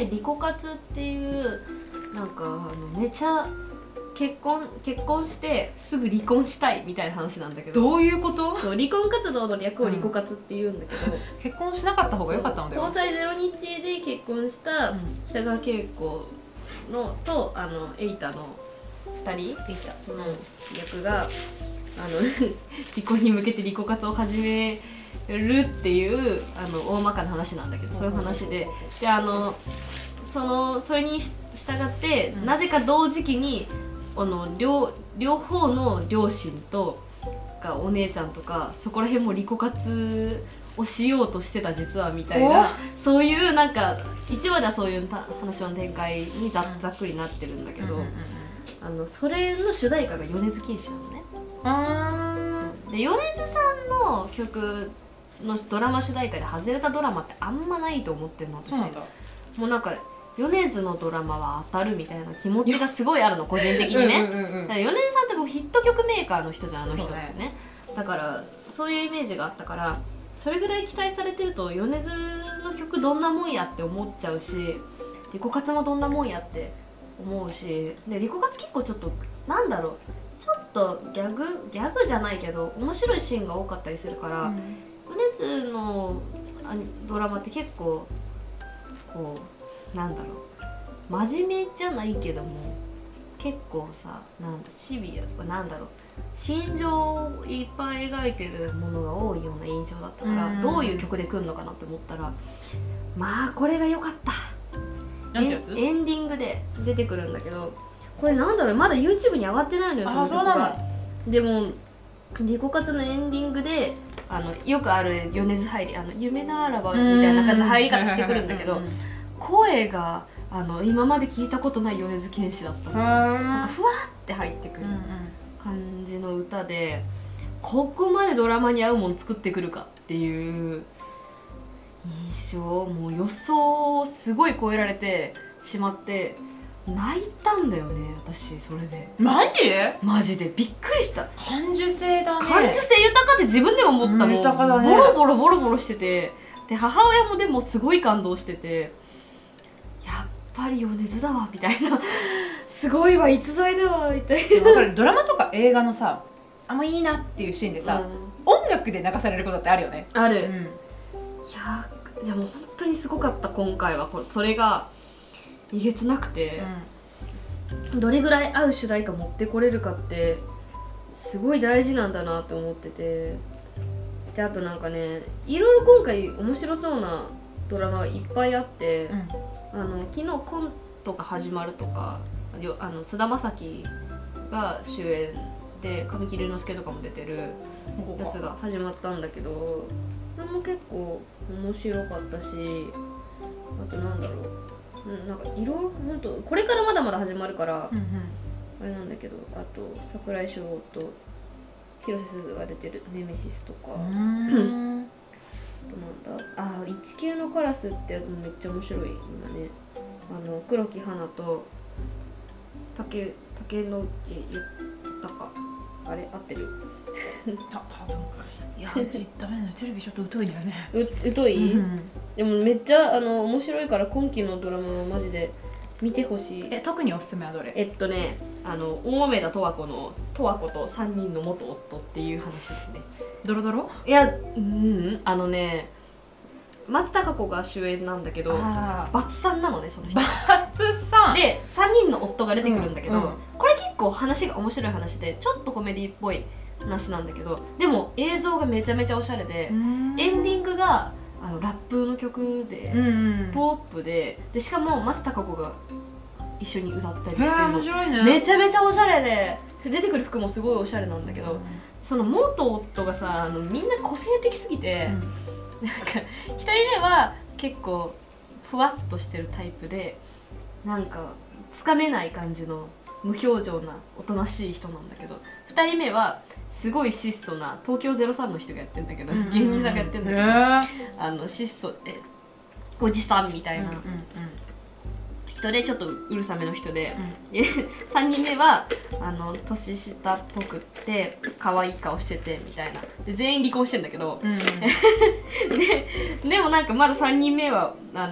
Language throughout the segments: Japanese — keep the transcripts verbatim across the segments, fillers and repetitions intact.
ねリコ活っていうなんかあのめちゃ結婚結婚してすぐ離婚したいみたいな話なんだけど。 どういうこと？ そう離婚活動の略をリコ活って言うんだけど、うん、 結婚しなかった方が良かったのだよ。 交際ゼロ日で結婚した北川景子のとあのエイタのふたりの役があの離婚に向けてリコ活を始めるっていうあの大まかな話なんだけど、そういう話で、であのそのそれに従って、うん、なぜか同時期にあの 両, 両方の両親とかお姉ちゃんとかそこら辺もリコ活をしようとしてた実はみたいな、そういうなんかいちわではそういう話の展開に ざ, ざっくりなってるんだけど、あのそれの主題歌が米津玄師なのね。あで米津さんの曲のドラマ主題歌で外れたドラマってあんまないと思ってるの私。 そうなんだ。 もうなんか米津のドラマは当たるみたいな気持ちがすごいあるの個人的にね。だから米津さんってもうヒット曲メーカーの人じゃんあの人って ね, ねだからそういうイメージがあったから、それぐらい期待されてると米津の曲どんなもんやって思っちゃうし、リコ活もどんなもんやって思うし、でリコ活結構ちょっとなんだろうちょっとギャグギャグじゃないけど面白いシーンが多かったりするから、うん、米津のドラマって結構こうなんだろう真面目じゃないけども結構さなんだシビアなんだろう心情をいっぱい描いてるものが多いような印象だったから、どういう曲で来るのかなって思ったら、まあこれが良かった。 なんてやつ？ エンディングで出てくるんだけど、これなんだろうまだ YouTube に上がってないのよ。 あ、そうなの。 でもリコ活のエンディングであのよくある米津入りあの夢ならばみたいな感じで入り方してくるんだけど、声があの今まで聞いたことない米津玄師だったの。なんかふわって入ってくる感じの歌で、ここまでドラマに合うもん作ってくるかっていう印象、もう予想をすごい超えられてしまって泣いたんだよね私。それでマジマジでびっくりした。 感受性だね。 感受性豊かって自分でも思ったもん、うん、豊かだね。ボロボロボロボロしてて、で母親もでもすごい感動してて、やっぱり米津だわみたいなすごいわ逸材だわみたいな。 分かる。ドラマとか映画のさあんまいいなっていうシーンでさ、うん、音楽で流されることってあるよね。 ある、うん、いやいやもう本当にすごかった今回は。これそれがえげつなくて、うん、どれぐらい合う主題歌持ってこれるかってすごい大事なんだなって思ってて、であとなんかねいろいろ今回面白そうなドラマがいっぱいあって、うん、あの昨日コントが始まるとかあの菅田将暉が主演で神木隆之介とかも出てるやつが始まったんだけど、これも結構面白かったし、あとなんだろうなんかいろいろ本当これからまだまだ始まるから、うんうん、あれなんだけど、あと櫻井翔と広瀬すずが出てるネメシスとか、あとなんだあいち級のカラスってやつもめっちゃ面白い今ね。あの黒木華と竹竹野内豊あれ合ってるた多分いやうちダメだよテレビちょっと疎いんだよね。 う疎い、うん、でもめっちゃあの面白いから今期のドラマはマジで見てほしい。 え特におすすめはどれ？ えっとねあの大豆田十和子の十和子とさんにんの元夫っていう話ですね。 ドロドロ？ いやうんあのね松たか子が主演なんだけどバツさんなのねその人。 バツさんでさんにんの夫が出てくるんだけど、うんうん、これ結構話が面白い話でちょっとコメディっぽい話なんだけど、でも映像がめちゃめちゃおしゃれで、エンディングがあのラップの曲で、うんうん、ポップで、でしかも松たか子が一緒に歌ったりしてる面白いね。 めちゃめちゃおしゃれで出てくる服もすごいおしゃれなんだけど、うん、その元夫がさあのみんな個性的すぎて、うん、なんかひとりめは結構ふわっとしてるタイプでなんかつかめない感じの無表情なおとなしい人なんだけど、ふたりめはすごい質素な東京ゼロさんの人がやってんだけど、うんうん、芸人さんがやってんだけど、あの質素えおじさんみたいな人でちょっとうるさめの人で、うん、さんにんめはあの年下っぽくって可愛い顔しててみたいなで全員離婚してんだけど、うん、で, でもなんかまださんにんめはあの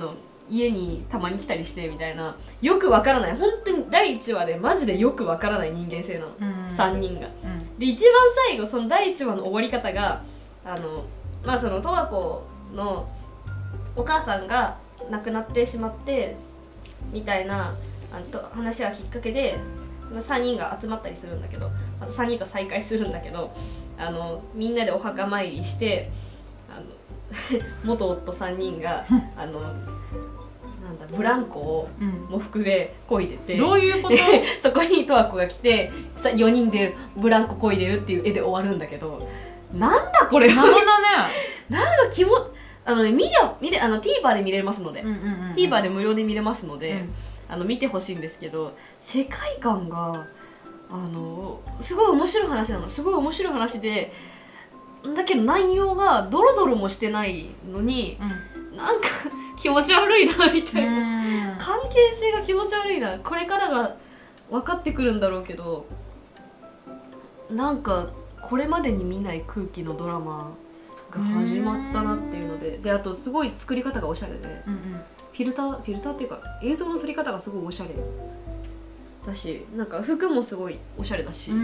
家にたまに来たりしてみたいな、よくわからない、本当にだいいちわでマジでよくわからない人間性なの、うん、さんにんが、うん、で一番最後そのだいいちわの終わり方があのまあその十和子のお母さんが亡くなってしまってみたいなあのと話がきっかけでさんにんが集まったりするんだけど、あとさんにんと再会するんだけど、あのみんなでお墓参りしてあの元夫さんにんがあのなんだブランコを喪服で漕いでて、 うん、どういうことそこに十和子が来てよにんでブランコ漕いでるっていう絵で終わるんだけど、なんだこれなるほどねなんかキモあのね見りゃ見れあの TVer で見れますので、うんうんうんうん、TVer で無料で見れますので、うん、あの見てほしいんですけど、世界観があのすごい面白い話なの、すごい面白い話で、だけど内容がドロドロもしてないのに、うん、なんか気持ち悪いなみたいな、関係性が気持ち悪いな、これからが分かってくるんだろうけど、なんかこれまでに見ない空気のドラマが始まったなっていうので、であとすごい作り方がおしゃれで、うんうん、フィルターフィルターっていうか映像の撮り方がすごいおしゃれだし、なんか服もすごいおしゃれだし、うんうん、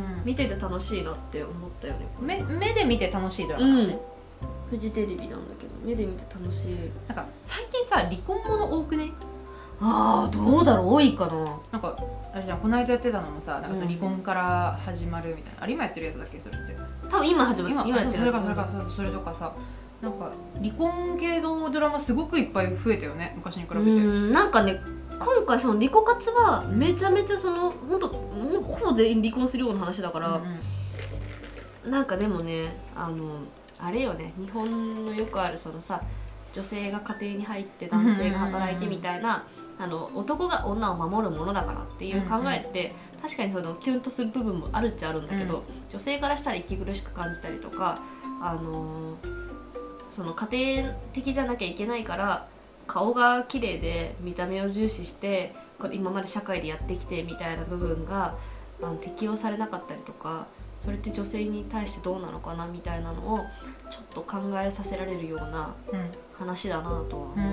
見てて楽しいなって思ったよね。 目, 目で見て楽しいドラマだね、 うん、フジテレビなんだけど目で見て楽しい。 なんか最近さ離婚もの多くね。 あーどうだろう、多いかな。 なんかあれじゃん、この間やってたのもさ、なんかその離婚から始まるみたいな、うん、あれ今やってるやつだっけそれって。 多分今始まる今今やってるやつ。それかそれかそうそれとかさ、なんか離婚系のドラマすごくいっぱい増えたよね、昔に比べて。 うんなんかね今回その離婚活はめちゃめちゃそのほんとほぼ全員離婚するような話だから、うんうん、なんかでもねあのあれよね、日本のよくあるそのさ、女性が家庭に入って男性が働いてみたいな、あの男が女を守るものだからっていう考えって、うんうん、確かにそのキュンとする部分もあるっちゃあるんだけど、うん、女性からしたら息苦しく感じたりとか、あのその家庭的じゃなきゃいけないから顔が綺麗で見た目を重視してこれ今まで社会でやってきてみたいな部分があの適用されなかったりとか、それって女性に対してどうなのかなみたいなのをちょっと考えさせられるような話だなとは思った、うん、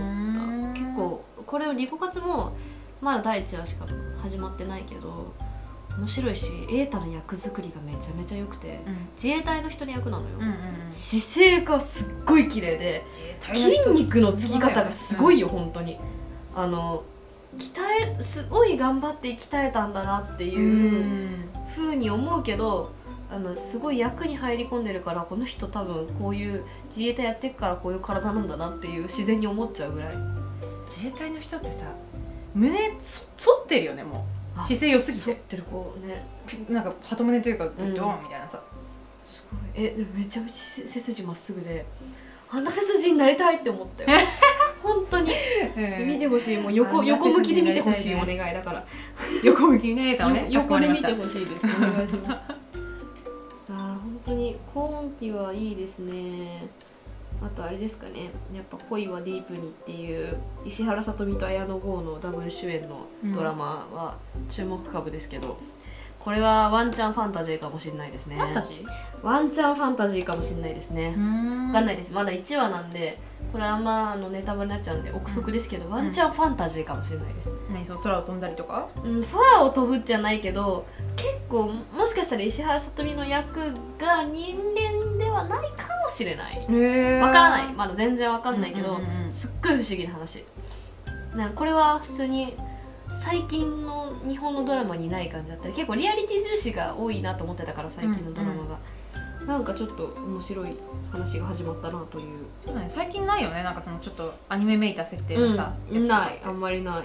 結構これを離婚活もまだだいいちわしか始まってないけど面白いし、瑛太の役作りがめちゃめちゃ良くて、うん、自衛隊の人の役なのよ、うんうんうん、姿勢がすっごい綺麗で筋肉のつき方がすごいよ、うん、本当にあの鍛えすごい頑張って鍛えたんだなっていう風に思うけど、あのすごい役に入り込んでるから、この人多分こういう自衛隊やってるからこういう体なんだなっていう自然に思っちゃうぐらい。 自衛隊の人ってさ胸反ってるよね、もう姿勢良すぎて反ってるこうね、 なんか鳩胸というかドーンみたいなさ、 うん、すごいえでもめちゃめちゃ背筋まっすぐで、あんな背筋になりたいって思ったよ本当に、えー、見てほしい、もう 横, 横向きで見てほしい、お願いだから横向きねね横で見てほしいです、お願いしますあ本当に今期はいいですね。あとあれですかね、やっぱ恋はディープにっていう石原さとみと綾野剛のダブル主演のドラマは注目株ですけど、うん、これはワンチャンファンタジーかもしれないですね。 ファンタジー？ ワンチャンファンタジーかもしれないですね。分かんないです、まだいちわなんでこれあんまあのネタバレになっちゃうんで憶測ですけど、うん、ワンチャンファンタジーかもしれないです。 何そう空を飛んだりとか？ うん、空を飛ぶじゃないけど結構もしかしたら石原さとみの役が人間ではないかもしれない。わからない、まだ全然わかんないけど、うんうんうん、すっごい不思議な話。なんかこれは普通に最近の日本のドラマにない感じだったり、結構リアリティ重視が多いなと思ってたから最近のドラマが、うんうん、なんかちょっと面白い話が始まったなという。 そうだね、最近ないよね、なんかそのちょっとアニメめいた設定のさ、 うん、ない、あんまりない。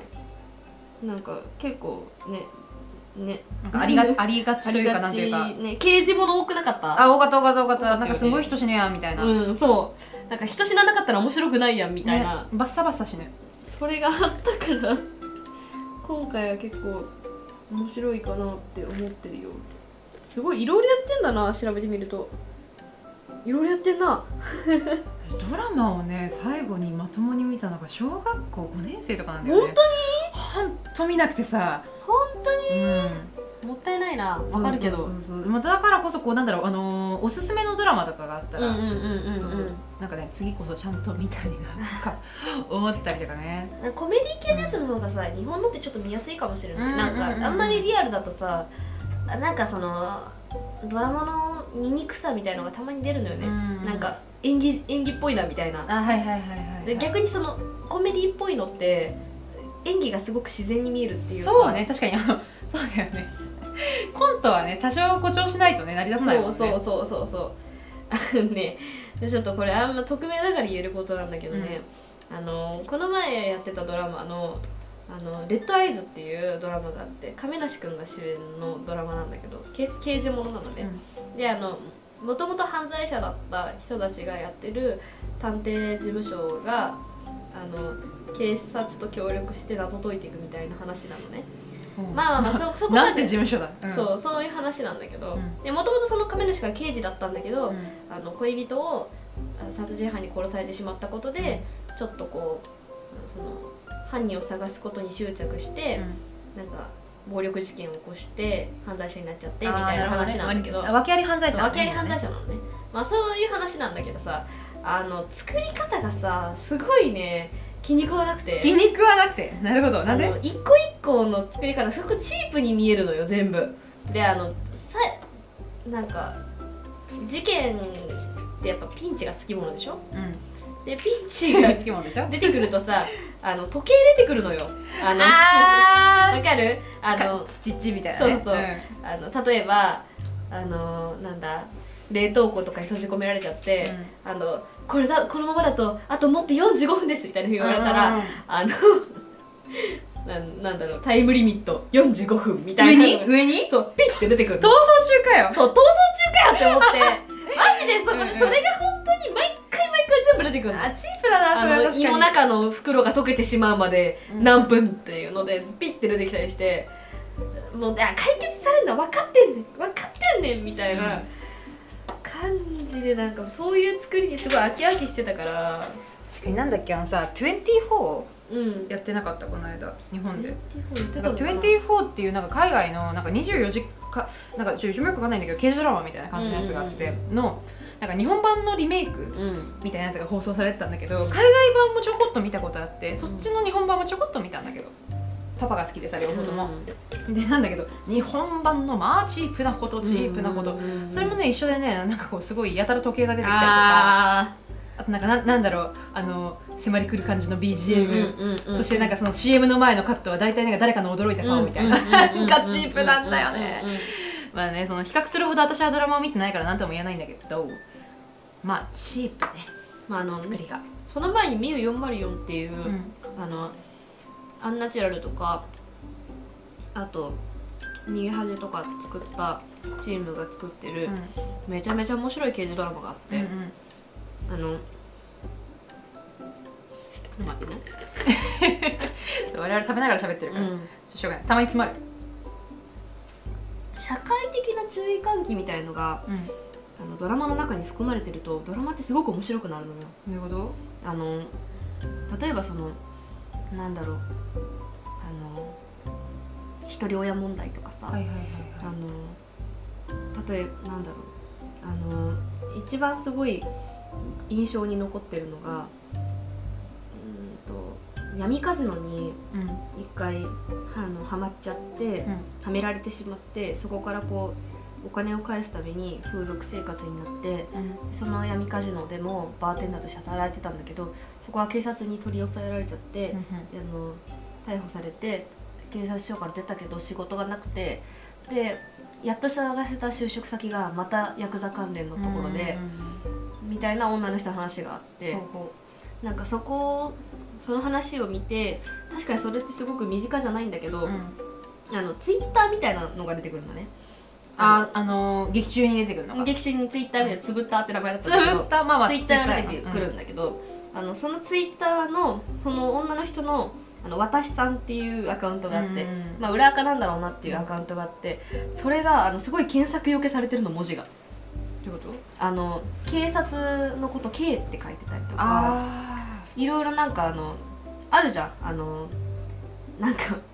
なんか結構ねね、 なんかありがありがちというかなんていうか、 ね、刑事物多くなかった？ あ、多かった多かった多かった、なんかすごい人死ぬやんみたいな。 うん、そうなんか人死ななかったら面白くないやんみたいな、 ね、バッサバッサ死ぬ。 それがあったから今回は結構面白いかなって思ってるよ。すごいいろいろやってんだな、調べてみるといろいろやってんなドラマをね最後にまともに見たのが小学校ごねん生とかなんだよね。 本当に？ ほんと見なくてさ。 本当に、 うん、 もったいないな、わかるけど、 そうそうそうそう、だからこそこうなんだろう、あのー、おすすめのドラマとかがあったら、 うんうんうんうん、 そうなんかね次こそちゃんと見たいなとか思ったりとかね。 コメディ系のやつの方がさ、日本のってちょっと見やすいかもしれない、うん、なんかあんまりリアルだとさ、なんかそのドラマの醜さみたいのがたまに出るのよね、うん、なんか演技演技っぽいなみたいな。 あ、はいはいはいはい、はい、 で逆にそのコメディっぽいのって演技がすごく自然に見えるっていうか。 そうね、確かにあのそうだよねコントはね多少誇張しないとね成り立たないもんね。 そうそうそうそうそうあのね、ちょっとこれあんま匿名だから言えることなんだけどね、うん、あのこの前やってたドラマのあのレッドアイズっていうドラマがあって、亀梨くんが主演のドラマなんだけど、刑刑事ものなのね、うん、であのもともと犯罪者だった人たちがやってる探偵事務所があの警察と協力して謎解いていくみたいな話なのね。うん、まあまあまあ そ, そこまでなんて事務所だ、 うん、そうそういう話なんだけど、もともとその亀梨が刑事だったんだけど、うん、あの恋人を殺人犯に殺されてしまったことで、うん、ちょっとこうその犯人を探すことに執着して、うん、なんか暴力事件を起こして犯罪者になっちゃってみたいな話なんだけど、 ね、訳あり犯罪者なんだね、 訳あり犯罪者なのね。まあそういう話なんだけどさ、あの作り方がさすごいね気に食わなくて気に食わなくてなるほど、なんで一個一個の作り方すごくチープに見えるのよ全部で。あのさなんか事件ってやっぱピンチがつきものでしょ、うん、でピンチがつきものでしょ出てくるとさあの時計出てくるのよ。あのあわかるあのチッチみたいな、ね、 そうそう、うん、あの例えばあのなんだ冷凍庫とかに閉じ込められちゃって、うん、あのこれだこのままだとあともってよんじゅうごふんですみたいなふうに言われたら、うん、あのな, なんだろうタイムリミットよんじゅうごふんみたいな上に上にそうピッて出てくる。 逃走中かよ。 そう逃走中かよって思ってマジで そ, れ, それが本当に毎回毎回全部出てくるの。 あチープだなそれは確かに。 胃の中の袋が溶けてしまうまで何分っていうのでピッて出てきたりして、もう解決されるの分かってんねん分かってんねんみたいな、うん感じで、なんかそういう作りにすごい飽き飽きしてたから。 確かになんだっけあのさにじゅうよんやってなかったこの間日本で。にじゅうよんっていうなんか海外のなんかにじゅうよじかなんかちょっとよくわかんないんだけど刑事ドラマみたいな感じのやつがあってのなんか日本版のリメイクみたいなやつが放送されてたんだけど、海外版もちょこっと見たことあって、そっちの日本版もちょこっと見たんだけど。パパが好きでさ両方とも、うん、でなんだけど日本版のまあチープなことチープなこと、それもね一緒でねなんかこうすごいやたら時計が出てきたりとか あ, あとなんか な, なんだろうあの迫り来る感じの ビージーエム、そしてなんかその シーエム の前のカットは大体なんか誰かの驚いた顔みたいななんかチープなんだよね。まあねその比較するほど私はドラマを見てないから何とも言えないんだけど、まあチープね、まあ、あの作りが。 その前にミューよんまるよんっていう、うん、あのアンナチュラルとかあと逃げ恥とか作ったチームが作ってる、うん、めちゃめちゃ面白い刑事ドラマがあって、うんうん、あの待ってね我々食べながら喋ってるから、うん、しょうがないたまに詰まる。 社会的な注意喚起みたいのが、うん、あのドラマの中に含まれてるとドラマってすごく面白くなるのよ。 なるほど。 あの例えばそのなんだろうあの一人親問題とかさ、はいはいはいはい、あの例えばなんだろうあの一番すごい印象に残ってるのがうんと闇カジノに一回、うん、あのハマっちゃって、うん、はめられてしまって、そこからこうお金を返すために風俗生活になって、うん、その闇カジノでもバーテンダーとして働いてたんだけど、そこは警察に取り押さえられちゃって、うん、あの逮捕されて警察署から出たけど仕事がなくて、でやっと探せた就職先がまたヤクザ関連のところで、うん、みたいな女の人の話があって、うん、なんかそこその話を見て確かにそれってすごく身近じゃないんだけど、うん、あのツイッターみたいなのが出てくるのね。 ああのー、劇中に出てくるのか。 劇中にツイッターみたいなつぶったって名前だったんだけど、 つぶったまあまあツイッターが出てくるんだけど、うん、あのそのツイッターのその女の人のあの私さんっていうアカウントがあって、まあ、裏垢なんだろうなっていうアカウントがあって、それがあのすごい検索よけされてるの文字が。 どういうこと？ あの警察のこと K って書いてたりとか、いろいろなんかあのあるじゃん、あのなんか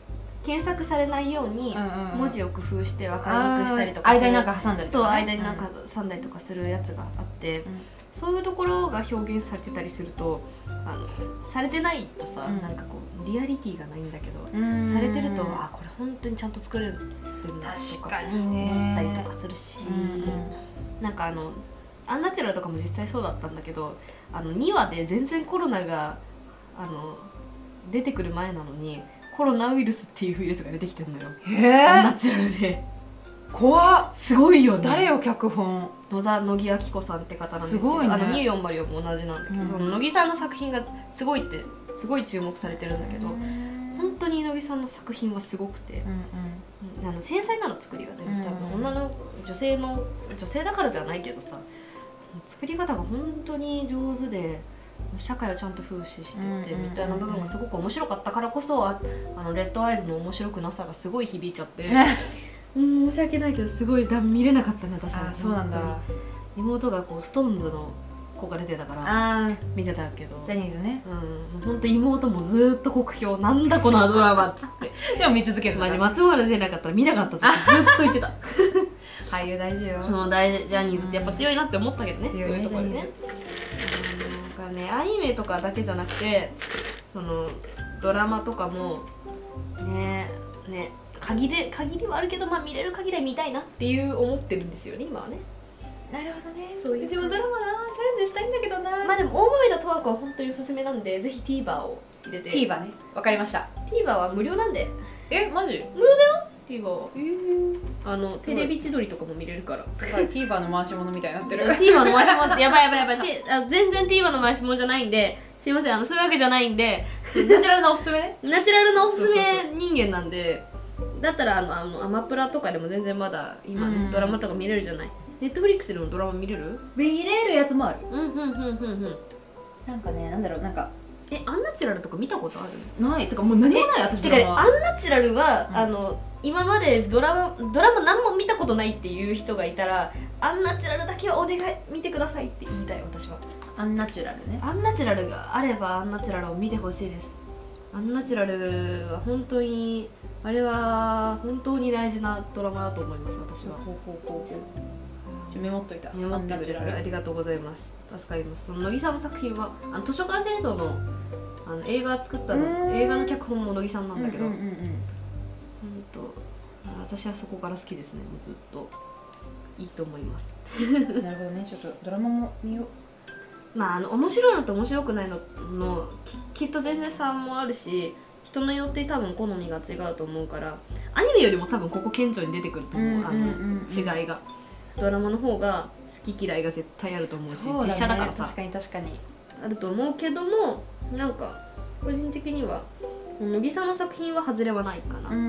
検索されないように文字を工夫して分かりにくくしたりとか、 間になんか挟んだりとか、ね、 そう間になんか挟んだりとかするやつがあって、うん、そういうところが表現されてたりするとあのされてないとさ、うん、なんかこうリアリティがないんだけど、されてるとあこれ本当にちゃんと作れるんだとか思ったりとかするし、うん、なんかあのアンナチュラルとかも実際そうだったんだけど、あのにわで全然コロナがあの出てくる前なのにコロナウイルスっていうウイルスが出てきてるのよ。 へアンナチュラルで怖っ、 すごいよね。 誰よ脚本？ 野沢乃木明子さんって方なんですけど、ね、あのにじゅうよんマリオも同じなんだけど、うん、その乃木さんの作品がすごいってすごい注目されてるんだけど、本当に乃木さんの作品はすごくて、うんうん、あの繊細なの作りが全部、多分女の女性の女性だからじゃないけどさ、作り方が本当に上手で社会をちゃんと風刺しててみたいな部分がすごく面白かったからこそ、ああのレッドアイズの面白くなさがすごい響いちゃってうん申し訳ないけどすごいだ見れなかったね私は。 そうなんだ。 妹がこうストーンズの子が出てたから見てたけど、 ジャニーズね、 うん、ほんと妹もずっと酷評なんだこのドラマっつってでも見続ける。 マジ松村出なかったら見なかったぞってずっと言ってた俳優大事よ。 もう大事、ジャニーズってやっぱ強いなって思ったけどね、 強いね、 そういうところでね。だからねアニメとかだけじゃなくてそのドラマとかもねね限り限りはあるけど、まあ見れる限りは見たいなっていう思ってるんですよね今はね。 なるほどね。 そういうでもドラマなチャレンジしたいんだけどな。 まあでも大豆田十和子は本当におすすめなんで、ぜひ TVer を入れて。 TVer ね、わかりました。 TVer は無料なんで。 えマジ無料だよ TVer は。 えー、 あのテレビ千鳥とかも見れるから。 TVer の回し物みたいになってる TVer の回し物やばいやばいやばいあ全然 TVer の回し物じゃないんで、すいません、あのそういうわけじゃないんでナチュラルなおすすめね。 ナチュラルなおすすめ人間なんで、だったらあのあのアマプラとかでも全然まだ今、ね、ドラマとか見れるじゃない。ネットフリックスでもドラマ見れる？ 見れるやつもある。 うんうんうんうんうん。 なんかね、なんだろう、なんかえアンナチュラルとか見たことある？ ないてかもう何もない私てか、ね、アンナチュラルは、うん、あの今までドラマドラマ何も見たことないっていう人がいたら、アンナチュラルだけはお願い見てくださいって言いたい私は。 アンナチュラルね。 アンナチュラルがあればアンナチュラルを見てほしいです。アンナチュラルは本当にあれは本当に大事なドラマだと思います私は。 ほうほうほうほう。メモっといた。 メモってくれてありがとうございます。助かります。その乃木さんの作品はあの図書館戦争のあの映画作ったの、映画の脚本も乃木さんなんだけど、うんうんうんうん、と私はそこから好きですね。もうずっといいと思います。 なるほどね。ちょっとドラマも見よう。 まああの面白いのと面白くないのの き, きっと全然差もあるし、人によって多分好みが違うと思うから、アニメよりも多分ここ顕著に出てくると思う、あの違いが。ドラマの方が好き嫌いが絶対あると思うし、う、ね、実写だからさ、 確かに確かにあると思うけども、なんか個人的には乃木さんの作品は外れはないかな。うん、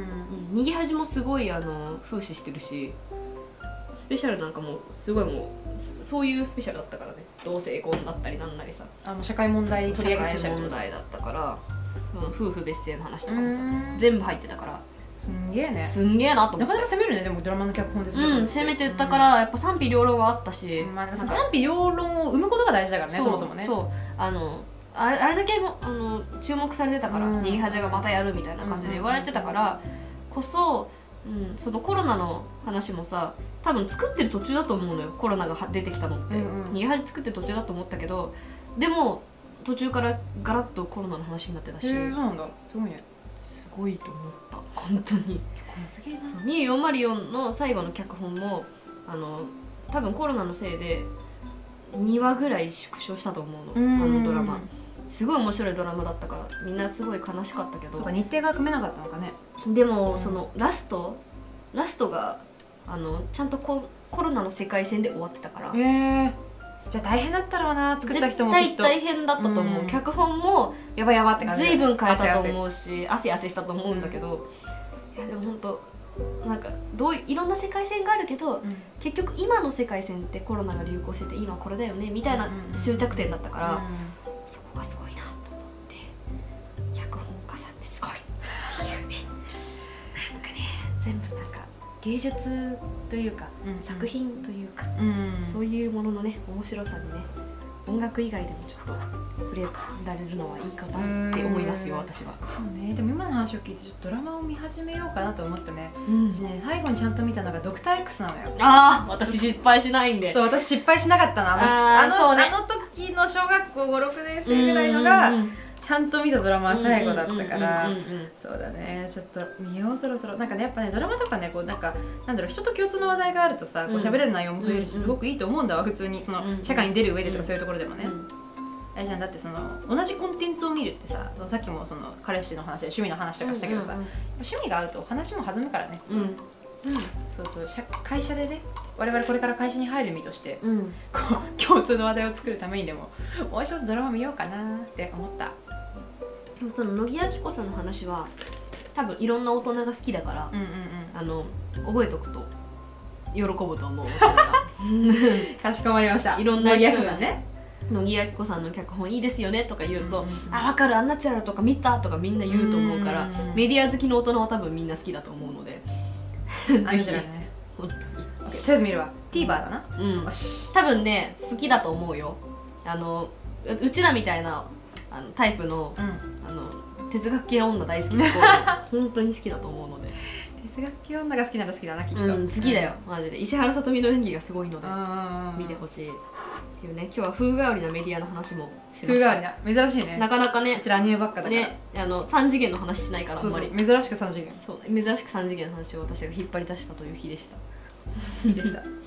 逃げ恥もすごいあの風刺してるし、スペシャルなんかもすごいもうそういうスペシャルだったからね。同性婚だったりなんなりさ、 あの社会問題取り上げスペシャル問題だったから、うん、夫婦別姓の話とかもさ全部入ってたから、 すんげえね。 すんげえなと思って。 なかなか攻めるね。でもドラマの脚本でうん攻めてたから、やっぱ賛否両論はあったし、 まあ、賛否両論を生むことが大事だからね。そもそもね。 そうあのあれあれだけもあの注目されてたから、逃げ恥がまたやるみたいな感じで言われてたからこそ、うん、そのコロナの話もさ、多分作ってる途中だと思うのよ。コロナが出てきたのって、うんうん、逃げ恥作ってる途中だと思ったけど、でも途中からガラッとコロナの話になってたし、 へー、そうなんだ。すごいね。 すごいと思った本当に。 すげえな。 にじゅうよんまるよんの最後の脚本もあの多分コロナのせいでにわぐらい縮小したと思うの、あのドラマ。すごい面白いドラマだったからみんなすごい悲しかったけど、 日程が組めなかったのかね。 でも、うん、そのラストラストがあのちゃんと コ, コロナの世界線で終わってたから、 へえ。じゃあ大変だったろうな、作った人もきっと。 絶対大変だったと思う、うん、脚本もやばやばって感じで随分変えたと思うし、汗汗したと思うんだけど、うん、いやでも本当なんかどういろんな世界線があるけど、うん、結局今の世界線ってコロナが流行してて今これだよねみたいな終着点だったから、うんうん、そこがすごいなと思って、脚本家さんってすごいっていうね。なんかね、全部なんか芸術というか、うん、作品というか、うん、そういうもののね面白さにね音楽以外でもちょっと触れられるのはいいかなって思いますよ私は。 そうね、でも今の話を聞いてちょっとドラマを見始めようかなと思ったね、 うん、 私ね最後にちゃんと見たのがドクター X なのよ。 ああ私失敗しないんで。 そう私失敗しなかったの。あのあの、そうね、あの時の小学校ご、ろくねん生ぐらいのがちゃんと見たドラマは最後だったから、そうだね、ちょっと見ようそろそろ。なんかねやっぱねドラマとかねこうなんかなんだろう人と共通の話題があるとさこう喋れる内容も増えるしすごくいいと思うんだわ普通にその社会に出る上でとかそういうところでもね。あれじゃんだってその同じコンテンツを見るってささっきもその彼氏の話で趣味の話とかしたけどさ、趣味が合うと話も弾むからね。うん、うん、そうそう会社でね我々これから会社に入る身として、うん、こう共通の話題を作るためにでももうちょっとドラマ見ようかなって思った。 その乃木明子さんの話は多分いろんな大人が好きだから、うんうんうん、あの覚えとくと喜ぶと思うかしこまりました。 いろんな人がね乃木明子さんの脚本いいですよねとか言うと、うんうんうん、あ分かるアンナチュラルとか見たとかみんな言うと思うから、うんうん、メディア好きの大人は多分みんな好きだと思うのでぜひね本当に、okay、とりあえず見るわ。 TVer だな。うん、よし多分ね好きだと思うよ。あの う, うちらみたいなあのタイプの、うん、あの哲学系女大好きな子本当に好きだと思うので哲学系女が好きなら好きだなきっと、 うん、好きだよマジで。石原さとみの演技がすごいので見てほしいっていうね。今日は風変わりなメディアの話もしました。 風変わりな珍しいね。 なかなかねこちらアニメばっかだからねあのさん次元の話しないからあんまり。 そうそう珍しくさん次元。 そう珍しくさん次元の話を私が引っ張り出したという日でした日でした